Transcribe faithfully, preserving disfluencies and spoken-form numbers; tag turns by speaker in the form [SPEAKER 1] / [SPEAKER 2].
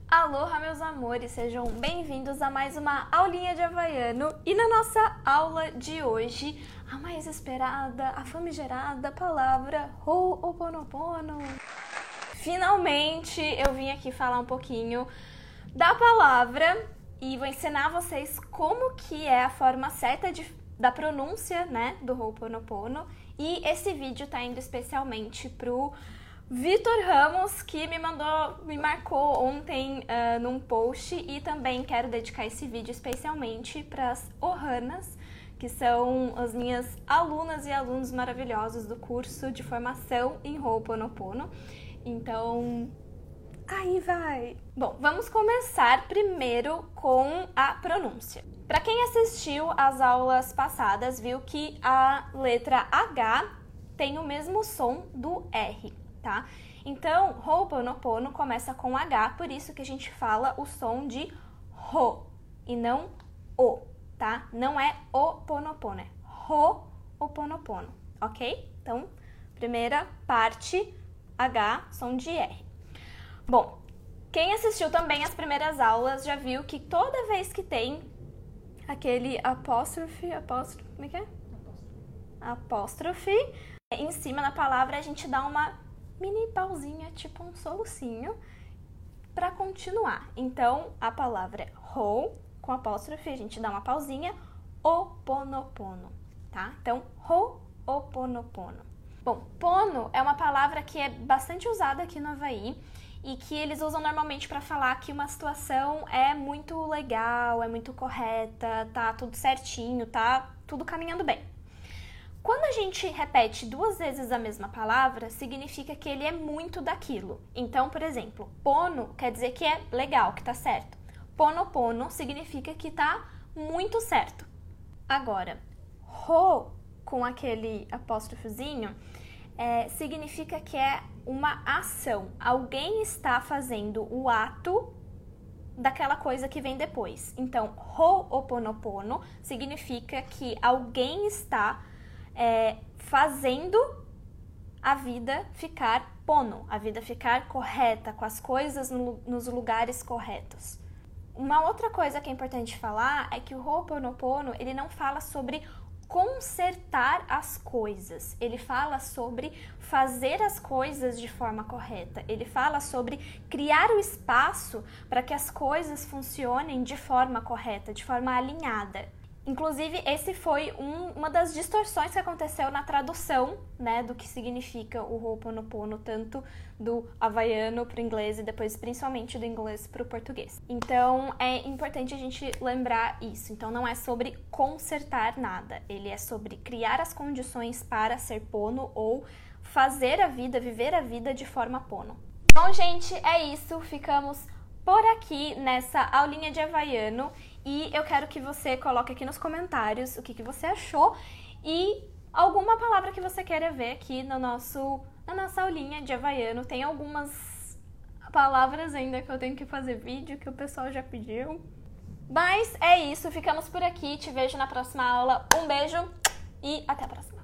[SPEAKER 1] Aloha, meus amores, sejam bem-vindos a mais uma aulinha de havaiano. E na nossa aula de hoje, a mais esperada, a famigerada palavra Ho'oponopono. Finalmente eu vim aqui falar um pouquinho da palavra e vou ensinar vocês como que é a forma certa de, da pronúncia, né, do Ho'oponopono. E esse vídeo tá indo especialmente pro Vitor Ramos, que me mandou, me marcou ontem uh, num post, e também quero dedicar esse vídeo especialmente para as Ohana's, que são as minhas alunas e alunos maravilhosos do curso de formação em Ho'oponopono. Então, aí vai! Bom, vamos começar primeiro com a pronúncia. Para quem assistiu às aulas passadas, viu que a letra H tem o mesmo som do R. Tá? Então, Ho'oponopono começa com H, por isso que a gente fala o som de Ho e não O, tá? Não é Oponopono, é Ho'oponopono, ok? Então, primeira parte, H, som de R. Bom, quem assistiu também as primeiras aulas já viu que toda vez que tem aquele apóstrofe, apóstrofe, como é que é? Apóstrofe, em cima da palavra a gente dá uma mini pausinha, tipo um solucinho, para continuar. Então, a palavra é Ho, com apóstrofe, a gente dá uma pausinha, Oponopono, tá? Então, Ho'oponopono. Bom, pono é uma palavra que é bastante usada aqui no Havaí e que eles usam normalmente para falar que uma situação é muito legal, é muito correta, tá tudo certinho, tá tudo caminhando bem. Quando a gente repete duas vezes a mesma palavra, significa que ele é muito daquilo. Então, por exemplo, pono quer dizer que é legal, que tá certo. Ponopono significa que tá muito certo. Agora, ho, com aquele apóstrofozinho, é, significa que é uma ação. Alguém está fazendo o ato daquela coisa que vem depois. Então, Ho'oponopono significa que alguém está É, fazendo a vida ficar pono, a vida ficar correta, com as coisas no, nos lugares corretos. Uma outra coisa que é importante falar é que o Ho'oponopono, ele não fala sobre consertar as coisas, ele fala sobre fazer as coisas de forma correta, ele fala sobre criar o espaço para que as coisas funcionem de forma correta, de forma alinhada. Inclusive, esse foi um, uma das distorções que aconteceu na tradução, né, do que significa o Ho'oponopono, tanto do havaiano para o inglês e depois principalmente do inglês para o português. Então, é importante a gente lembrar isso. Então, não é sobre consertar nada, ele é sobre criar as condições para ser pono ou fazer a vida, viver a vida de forma pono. Bom, gente, é isso. Ficamos por aqui nessa aulinha de havaiano. E eu quero que você coloque aqui nos comentários o que, que você achou e alguma palavra que você queira ver aqui no nosso, na nossa aulinha de havaiano. Tem algumas palavras ainda que eu tenho que fazer vídeo, que o pessoal já pediu. Mas é isso, ficamos por aqui. Te vejo na próxima aula. Um beijo e até a próxima.